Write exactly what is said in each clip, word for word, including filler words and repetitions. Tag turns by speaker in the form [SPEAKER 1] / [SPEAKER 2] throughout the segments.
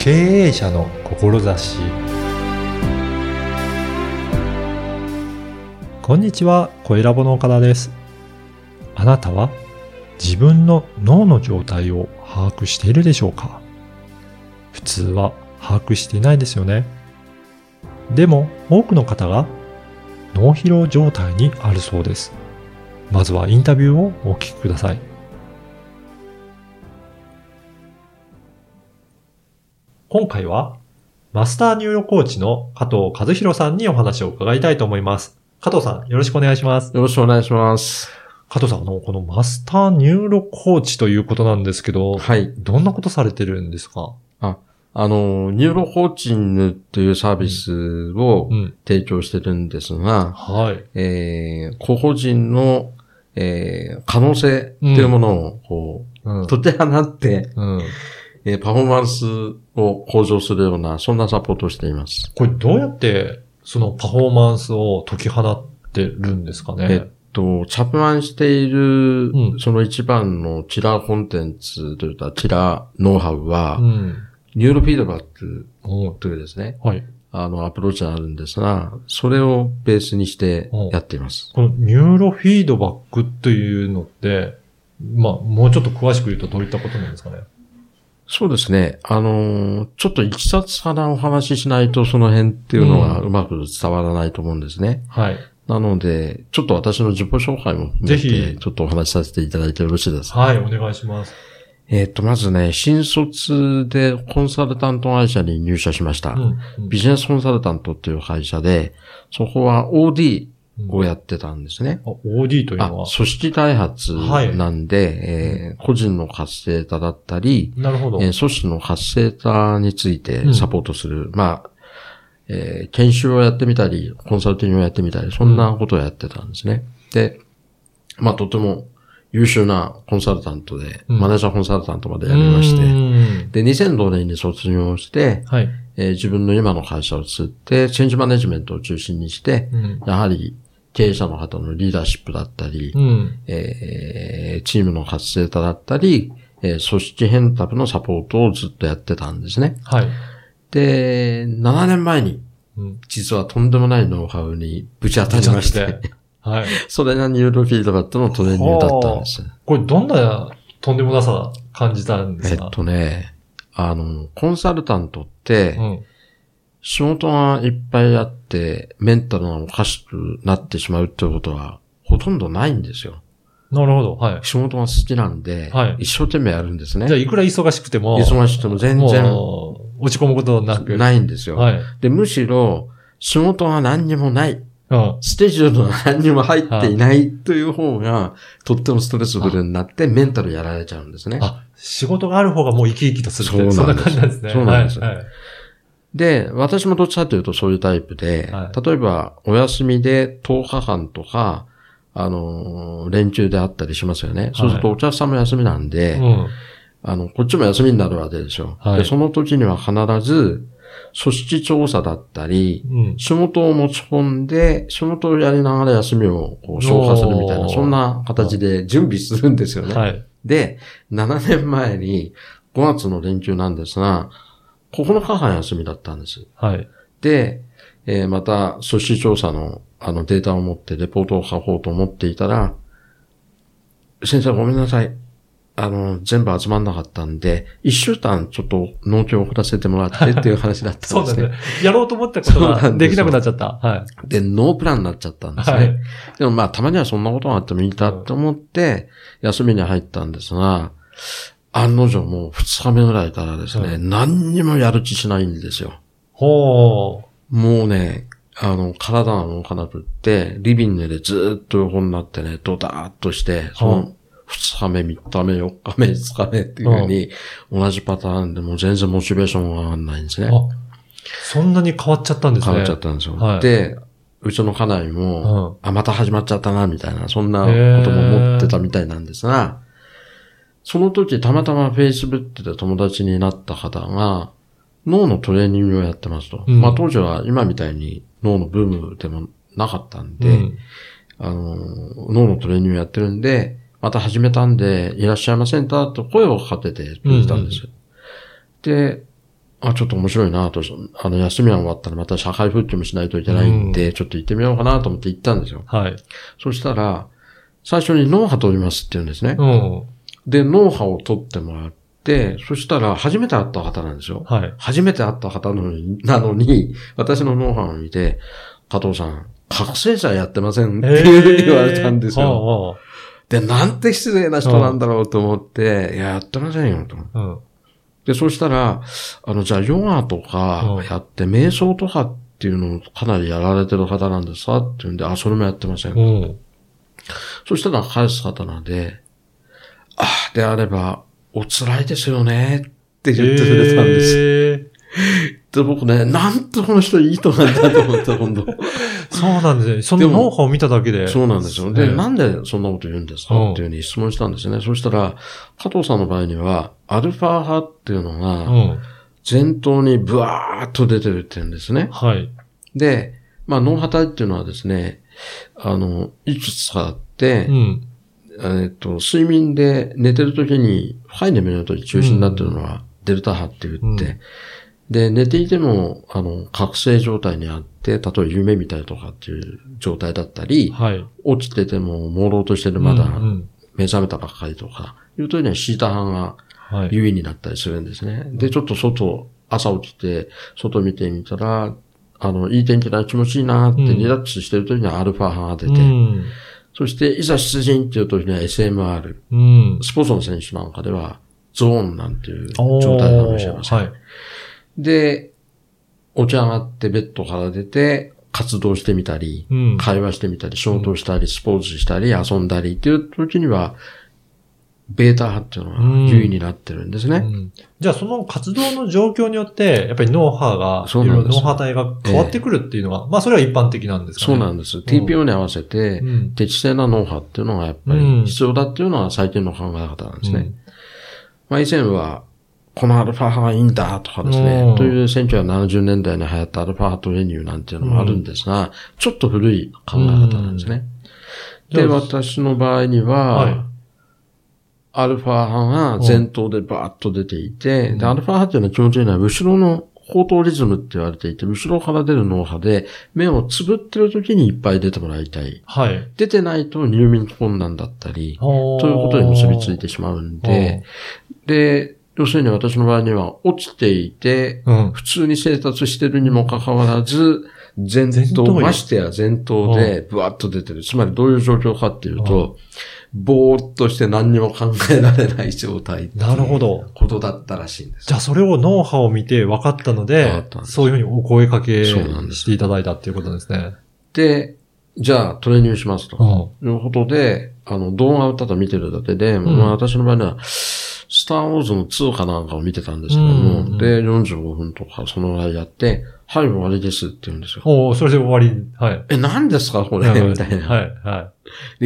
[SPEAKER 1] 経営者の志。こんにちは、声ラボの岡田です。あなたは自分の脳の状態を把握しているでしょうか？普通は把握していないですよね。でも多くの方が脳疲労状態にあるそうです。まずはインタビューをお聞きください。今回はマスターニューロコーチの加藤和弘さんにお話を伺いたいと思います。加藤さん、よろしくお願いします。
[SPEAKER 2] よろしくお願いします。
[SPEAKER 1] 加藤さん、あの、このマスターニューロコーチということなんですけど、
[SPEAKER 2] はい。
[SPEAKER 1] どんなことされてるんですか？
[SPEAKER 2] あ、あの、ニューロコーチングというサービスを提供してるんですが、
[SPEAKER 1] うん、はい。
[SPEAKER 2] えー、個々人の、えー、可能性っていうものを、こう、うん、解き放って、うんえー、パフォーマンスを向上するような、そんなサポートをしています。
[SPEAKER 1] これどうやって、そのパフォーマンスを解き放ってるんですかね？
[SPEAKER 2] えっと、着眼している、うん、その一番のキラーコンテンツというか、キラーノウハウは、うん、ニューロフィードバックというですね、はい、あの、アプローチがあるんですが、それをベースにしてやっています。
[SPEAKER 1] このニューロフィードバックというのって、まあ、もうちょっと詳しく言うとどういったことなんですかね？
[SPEAKER 2] そうですね。あのー、ちょっといきさつからお話ししないとその辺っていうのはうまく伝わらないと思うんですね。うん、はい。なので、ちょっと私の自己紹介も含めて、ぜひ、ちょっとお話しさせていただいてよろしいですか？
[SPEAKER 1] はい、お願いします。
[SPEAKER 2] えっと、まずね、新卒でコンサルタント会社に入社しました。うんうん、ビジネスコンサルタントっていう会社で、そこは オーディー、をやってたんですね。
[SPEAKER 1] うん、オーディー というのは
[SPEAKER 2] 組織開発なんで、はいえー、個人の活性化だったり、
[SPEAKER 1] なるほど。
[SPEAKER 2] えー、組織の活性化についてサポートする。うん、まあ、えー、研修をやってみたり、コンサルティングをやってみたり、そんなことをやってたんですね。うん、で、まあとても優秀なコンサルタントで、うん、マネージャーコンサルタントまでやりまして、で、にせんごねんに卒業して、はいえー、自分の今の会社を作って、チェンジマネジメントを中心にして、うん、やはり経営者の方のリーダーシップだったり、うんえー、チームの活性化だったり、えー、組織変革のサポートをずっとやってたんですね。はい。で、ななねんまえに、うん、実はとんでもないノウハウにぶち当たりまして、はい。それがニューロフィードバックのトレーニングだったんです。
[SPEAKER 1] これどんなとんでもなさ感じたんですか？
[SPEAKER 2] えっとね、あの、コンサルタントって、うん仕事がいっぱいあって、メンタルがおかしくなってしまうということは、ほとんどないんですよ。
[SPEAKER 1] なるほど。はい。
[SPEAKER 2] 仕事が好きなんで、はい、一生懸命やるんですね。
[SPEAKER 1] じゃあ、いくら忙しくても、
[SPEAKER 2] 忙しくても全然、
[SPEAKER 1] 落ち込むことなく。
[SPEAKER 2] ないんですよ。はい。で、むしろ、仕事が何にもない。うん、スケジュールが何にも入っていないという方が、とってもストレスフルになって、メンタルやられちゃうんですね。
[SPEAKER 1] あ、仕事がある方がもう生き生きとするって、そんな感じなんですね。
[SPEAKER 2] そうなんです。はいはいで、私もどっちかというとそういうタイプで、はい、例えばお休みでとおかかんとか、あのー、連休であったりしますよね。はい、そうするとお客さんも休みなんで、うん、あの、こっちも休みになるわけでしょ。はい、で、その時には必ず、組織調査だったり、うん、仕事を持ち込んで、仕事をやりながら休みをこう消化するみたいな、そんな形で準備するんですよね。はい、で、ななねんまえにごがつの連休なんですが、ここのかかん休みだったんです。はい。で、えー、また、組織調査の、あの、データを持って、レポートを書こうと思っていたら、先生ごめんなさい。あの、全部集まんなかったんで、一週間ちょっと納期を送らせてもらってっていう話だったんですね。
[SPEAKER 1] そうだね。やろうと思ったことができなくなっちゃった。はい。
[SPEAKER 2] で、ノープランになっちゃったんですね。はい。でもまあ、たまにはそんなことがあってもいいかと思って、休みに入ったんですが、案の定もう二日目ぐらいからですね、うん、何にもやる気しないんですよ。ほう。もうね、あの、体が動かなくって、リビングでずっと横になってね、ドターッとして、その二日目、三日目、四日目、五日目っていう風に、同じパターンでもう全然モチベーションが上がんないんですね。あ、
[SPEAKER 1] そんなに変わっちゃったんですね。
[SPEAKER 2] 変わっちゃったんですよ。はい、で、うちの家内も、うん、あ、また始まっちゃったな、みたいな、そんなことも思ってたみたいなんですが、その時たまたま Facebook で友達になった方が脳のトレーニングをやってますと。うん、まあ当時は今みたいに脳のブームでもなかったんで、うん、あの、脳のトレーニングをやってるんで、また始めたんでいらっしゃいませんかと声をかけてくれたんですよ。うんうん、で、 あ、ちょっと面白いなと、あの、休みが終わったらまた社会復帰もしないといけないんで、うん、ちょっと行ってみようかなと思って行ったんですよ。
[SPEAKER 1] はい。
[SPEAKER 2] そしたら、最初に脳波取りますって言うんですね。
[SPEAKER 1] うん。
[SPEAKER 2] で、脳波を取ってもらって、そしたら初めて会った方なんですよ。
[SPEAKER 1] はい。
[SPEAKER 2] 初めて会った方なのに、なのに、私の脳波を見て、加藤さん、覚醒剤やってませんっていうふうに言われたんですよ。で、なんて失礼な人なんだろうと思って、いや、やってませんよと。
[SPEAKER 1] うん、
[SPEAKER 2] で、そうしたら、あの、じゃあヨガとかやって、瞑想とかっていうのをかなりやられてる方なんですかって言うんで、あ、それもやってません。
[SPEAKER 1] うん、
[SPEAKER 2] そしたら返す方なんで、あ、であれば、お辛いですよねって言ってくれたんです。えーで、僕ね、なんてこの人いい人なんだと思った、今度。
[SPEAKER 1] そうなんですね。そのノウハウを見ただけで。
[SPEAKER 2] そうなんですよ。で、なんでそんなこと言うんですかっていうふうに質問したんですね。そしたら、加藤さんの場合には、アルファ派っていうのが、前頭にブワーッと出てるって言うんですね。
[SPEAKER 1] はい。
[SPEAKER 2] で、まあ、脳波体っていうのはですね、あの、いくつかあって、うん、えっと、睡眠で寝てる時に、深い眠りの時中心になってるのは、デルタ波って言って、うんで、寝ていても、あの、覚醒状態にあって、例えば夢見たりとかっていう状態だったり、
[SPEAKER 1] はい、
[SPEAKER 2] 起きてても朦朧としてるまだ目覚めたばっかりとか、いうときにはシータ派が優位になったりするんですね。はい、で、ちょっと外、朝起きて、外見てみたら、あの、いい天気だ、気持ちいいなってリラックスしてるときにはアルファ派が出て、うん、そしていざ出陣っていうときには エスエムアール、うん、スポーツの選手なんかではゾーンなんていう状態かもしれません。はいで、起き上がってベッドから出て、活動してみたり、うん、会話してみたり、仕事したり、スポーツしたり、遊んだりっていう時には、ベータ波っていうのは優位になってるんですね。うんうん、
[SPEAKER 1] じゃあその活動の状況によって、やっぱり脳波が、いろいろ脳波体が変わってくるっていうのが、えー、まあそれは一般的なんですかね。
[SPEAKER 2] そうなんです。ティーピーオー に合わせて、適正な脳波っていうのがやっぱり必要だっていうのは最近の考え方なんですね。うんまあ以前は、このアルファ派がいいんだとかですね。というせんきゅうひゃくななじゅうねんだいに流行ったアルファ派トレニューなんていうのもあるんですが、うん、ちょっと古い考え方なんですね。で、私の場合には、はい、アルファ派が前頭でバーッと出ていて、うん、で、アルファ派っていうのは基本的には後ろの後頭リズムって言われていて、後ろから出る脳波で、目をつぶってる時にいっぱい出てもらいたい。
[SPEAKER 1] はい。
[SPEAKER 2] 出てないと入眠困難だったり、ということに結びついてしまうんで、で、要するに私の場合には起きていて、うん、普通に生活してるにもかかわらず、前頭、ましてや前頭でブワッと出てる。つまりどういう状況かっていうと、ぼーっとして何にも考えられない状態っていうことだったらしいんです。
[SPEAKER 1] じゃあそれを脳波を見て分かったので、そういうふうにお声かけしていただいたっていうことですね。
[SPEAKER 2] で、じゃあトレーニングしますと。いうことで、あの動画をただ見てるだけで、うん、まあ、私の場合には、スターウォーズのツーかなんかを見てたんですけども、うんうん、で、よんじゅうごふんとかそのぐらいやって、はい、終わりですって言うんですよ。
[SPEAKER 1] おー、それで終わり。はい。
[SPEAKER 2] え、何ですかこれみたいな。
[SPEAKER 1] はい、はい。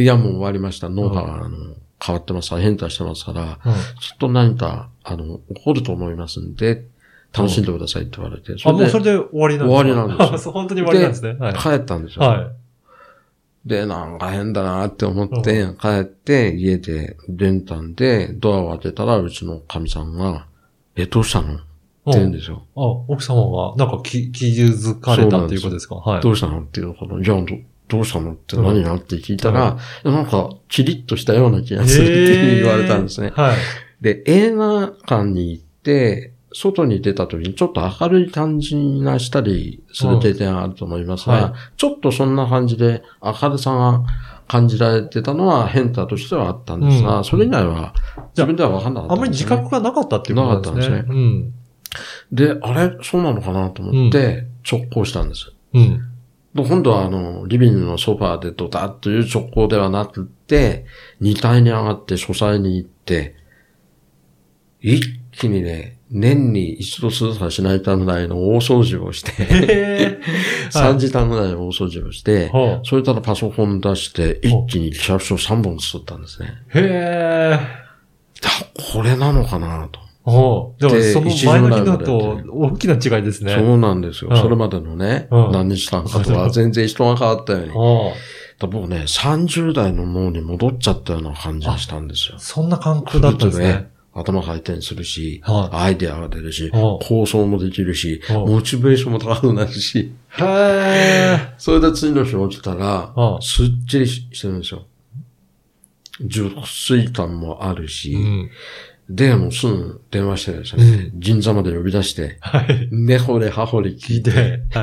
[SPEAKER 2] いや、もう終わりました。脳波が、あの、変わってますから、変化してますから、うん、ちょっと何か、あの、起こると思いますんで、楽しんでくださいって言われて。
[SPEAKER 1] あ、もうそれで終わりなんですか？
[SPEAKER 2] 終わりなんですよ。
[SPEAKER 1] 本当に終わりなんですね。
[SPEAKER 2] はい、帰ったんですよ。
[SPEAKER 1] はい。
[SPEAKER 2] で、なんか変だなって思って、帰って家で練炭でドアを開けたら、うちの神さんが、え、どうしたのって言うんですよ。
[SPEAKER 1] あ、奥様がなんか気、気づかれたっていうことですか？はい。
[SPEAKER 2] どうしたのっていうから、じゃあど、どうしたのって何がって聞いたら、うん、なんか、キリッとしたような気がするって言われたんですね。
[SPEAKER 1] はい。
[SPEAKER 2] で、映画館に行って、外に出た時にちょっと明るい感じがしたりする経験があると思いますが、うんはい、ちょっとそんな感じで明るさが感じられてたのは変化としてはあったんですが、うん、それ以外は自分では分かんなかったんですね。
[SPEAKER 1] あんまり自覚がなかったっていうことなんですね。なかったんですね。
[SPEAKER 2] うん、で、あれそうなのかなと思って直行したんです。
[SPEAKER 1] うん、
[SPEAKER 2] 今度はあの、リビングのソファーでドタッという直行ではなくて、にかいに上がって書斎に行って、一気にね、年に一度するかしないかぐらいの大掃除をして、さんじかんぐらいの大掃除をして、はい、それからパソコン出して、一気に企画書さんぼん作ったんですね。
[SPEAKER 1] へ
[SPEAKER 2] ー。これなのかなと。
[SPEAKER 1] おでもその前の日だと大きな違いですね。
[SPEAKER 2] そうなんですよ。うん、それまでのね、うん、何日間かとは全然人が変わったように。僕ね、さんじゅう代の脳に戻っちゃったような感じがしたんですよ。
[SPEAKER 1] そんな感覚だったんですね。
[SPEAKER 2] 頭回転するし、
[SPEAKER 1] はい、
[SPEAKER 2] アイデアが出るし、構想もできるし、モチベーションも高くなるし。
[SPEAKER 1] へー。
[SPEAKER 2] それで次の日起きたら、すっきりしてるんですよ。熟睡感もあるし、うん、で、もうすぐ電話してですね、うん、銀座まで呼び出して、はい、根掘れ葉掘り聞いて、はい、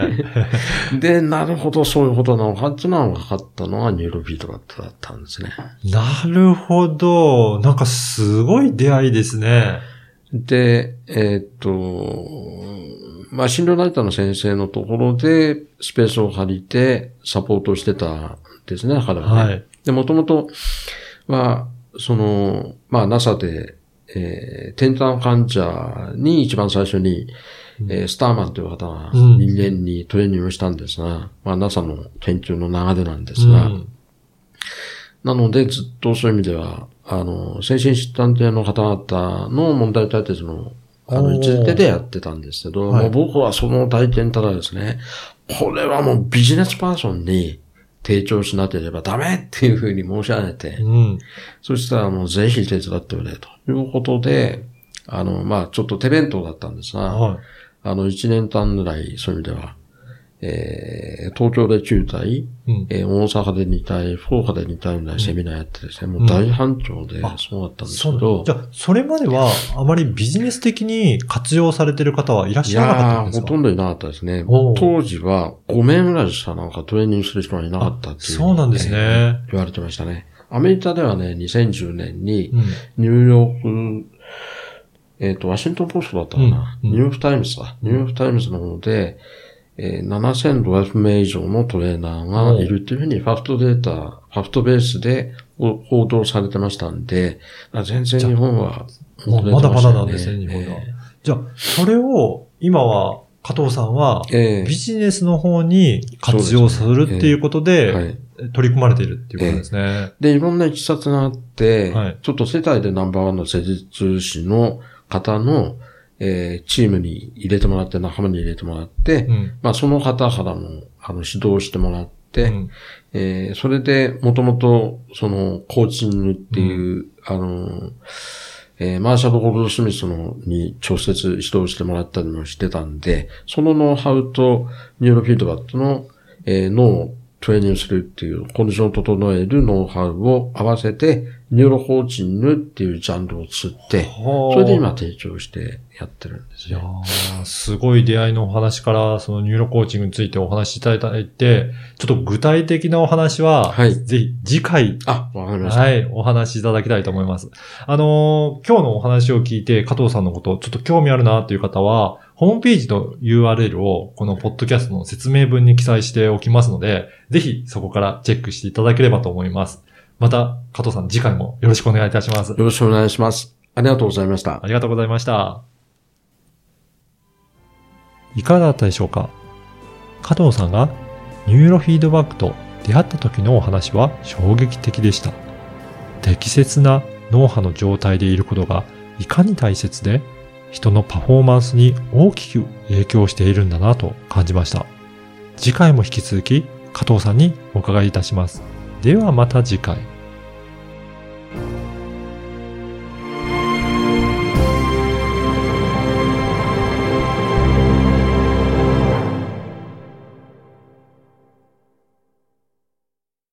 [SPEAKER 2] で、なるほど、そういうことなのかっていうのが分かったのがニューロフィードバックだったんですね。
[SPEAKER 1] なるほど。なんかすごい出会いですね。
[SPEAKER 2] で、えー、っと、まあ、心療内科の先生のところでスペースを借りてサポートしてたんですね、彼はね。はい、で、もともとは、その、まあ、ナサ で、えー、転換患者に一番最初に、うんえー、スターマンという方が人間にトレーニングをしたんですが、うん、まあ ナサ の研究の流れなんですが、うん、なのでずっとそういう意味では、あの、精神疾患系の方々の問題解決の、あの、一手でやってたんですけど、もう僕はその体験たらですね、これはもうビジネスパーソンに提供しなければダメっていうふうに申し上げて、うん、そしたらもうぜひ手伝ってくれということで、あの、まあちょっと手弁当だったんですが、はい、あの一年間ぐらいそういう意味では、えー、東京できゅうたい、うんえー、大阪でにたい、福岡でにたいぐらいセミナーやってですね、うん、もう大反響でそうだったんですけど、
[SPEAKER 1] うん、じゃあ、それまではあまりビジネス的に活用されてる方はいらっしゃらなかったんですか？
[SPEAKER 2] いやー、ほとんどいなかったですね。当時はごめんぐらいしかなんかトレーニングする人はいなかったっていう。
[SPEAKER 1] そうなんですね、え
[SPEAKER 2] ー。言われてましたね。アメリカではね、にせんじゅうねんにニューヨーク、えっと、ワシントンポストだったかな、うんうん、ニューヨークタイムズだ。ニューヨークタイムズの方で、えー、ななせんろっぴゃくめい以上のトレーナーがいるっていうふうにファクトデータ、ファクトベースで報道されてましたんで、全然日本は、
[SPEAKER 1] ね、まだまだなんですね、日本は。えー、じゃあ、それを今は加藤さんはビジネスの方に活用するっていうことで、えーはい取り組まれているっていうことですね。え
[SPEAKER 2] ー、で、いろんな一冊があって、はい、ちょっと世界でナンバーワンの施術師の方の、えー、チームに入れてもらって、仲間に入れてもらって、うん、まあその方からも、あの、指導してもらって、うんえー、それで、もともと、その、コーチングっていう、うん、あの、えー、マーシャル・ゴールドスミスのに直接指導してもらったりもしてたんで、そのノウハウとニューロフィードバックの、えー、脳をトレーニングするっていうコンディションを整えるノウハウを合わせて、ニューロコーチングっていうジャンルを作って、それで今提供してやってるんですよ。
[SPEAKER 1] いやー、すごい出会いのお話から、そのニューロコーチングについてお話しいただいて、ちょっと具体的なお話は、はい、ぜひ次回、
[SPEAKER 2] あ、わかりました。
[SPEAKER 1] はい、お話しいただきたいと思います。あのー、今日のお話を聞いて、加藤さんのこと、ちょっと興味あるなという方は、ホームページの ユーアールエル をこのポッドキャストの説明文に記載しておきますので、ぜひそこからチェックしていただければと思います。また、加藤さん次回もよろしくお願いいたします。よ
[SPEAKER 2] ろしくお願いします。ありがとうございました。
[SPEAKER 1] ありがとうございました。いかがだったでしょうか？加藤さんがニューロフィードバックと出会った時のお話は衝撃的でした。適切な脳波の状態でいることがいかに大切で、人のパフォーマンスに大きく影響しているんだなと感じました。次回も引き続き加藤さんにお伺いいたします。ではまた次回。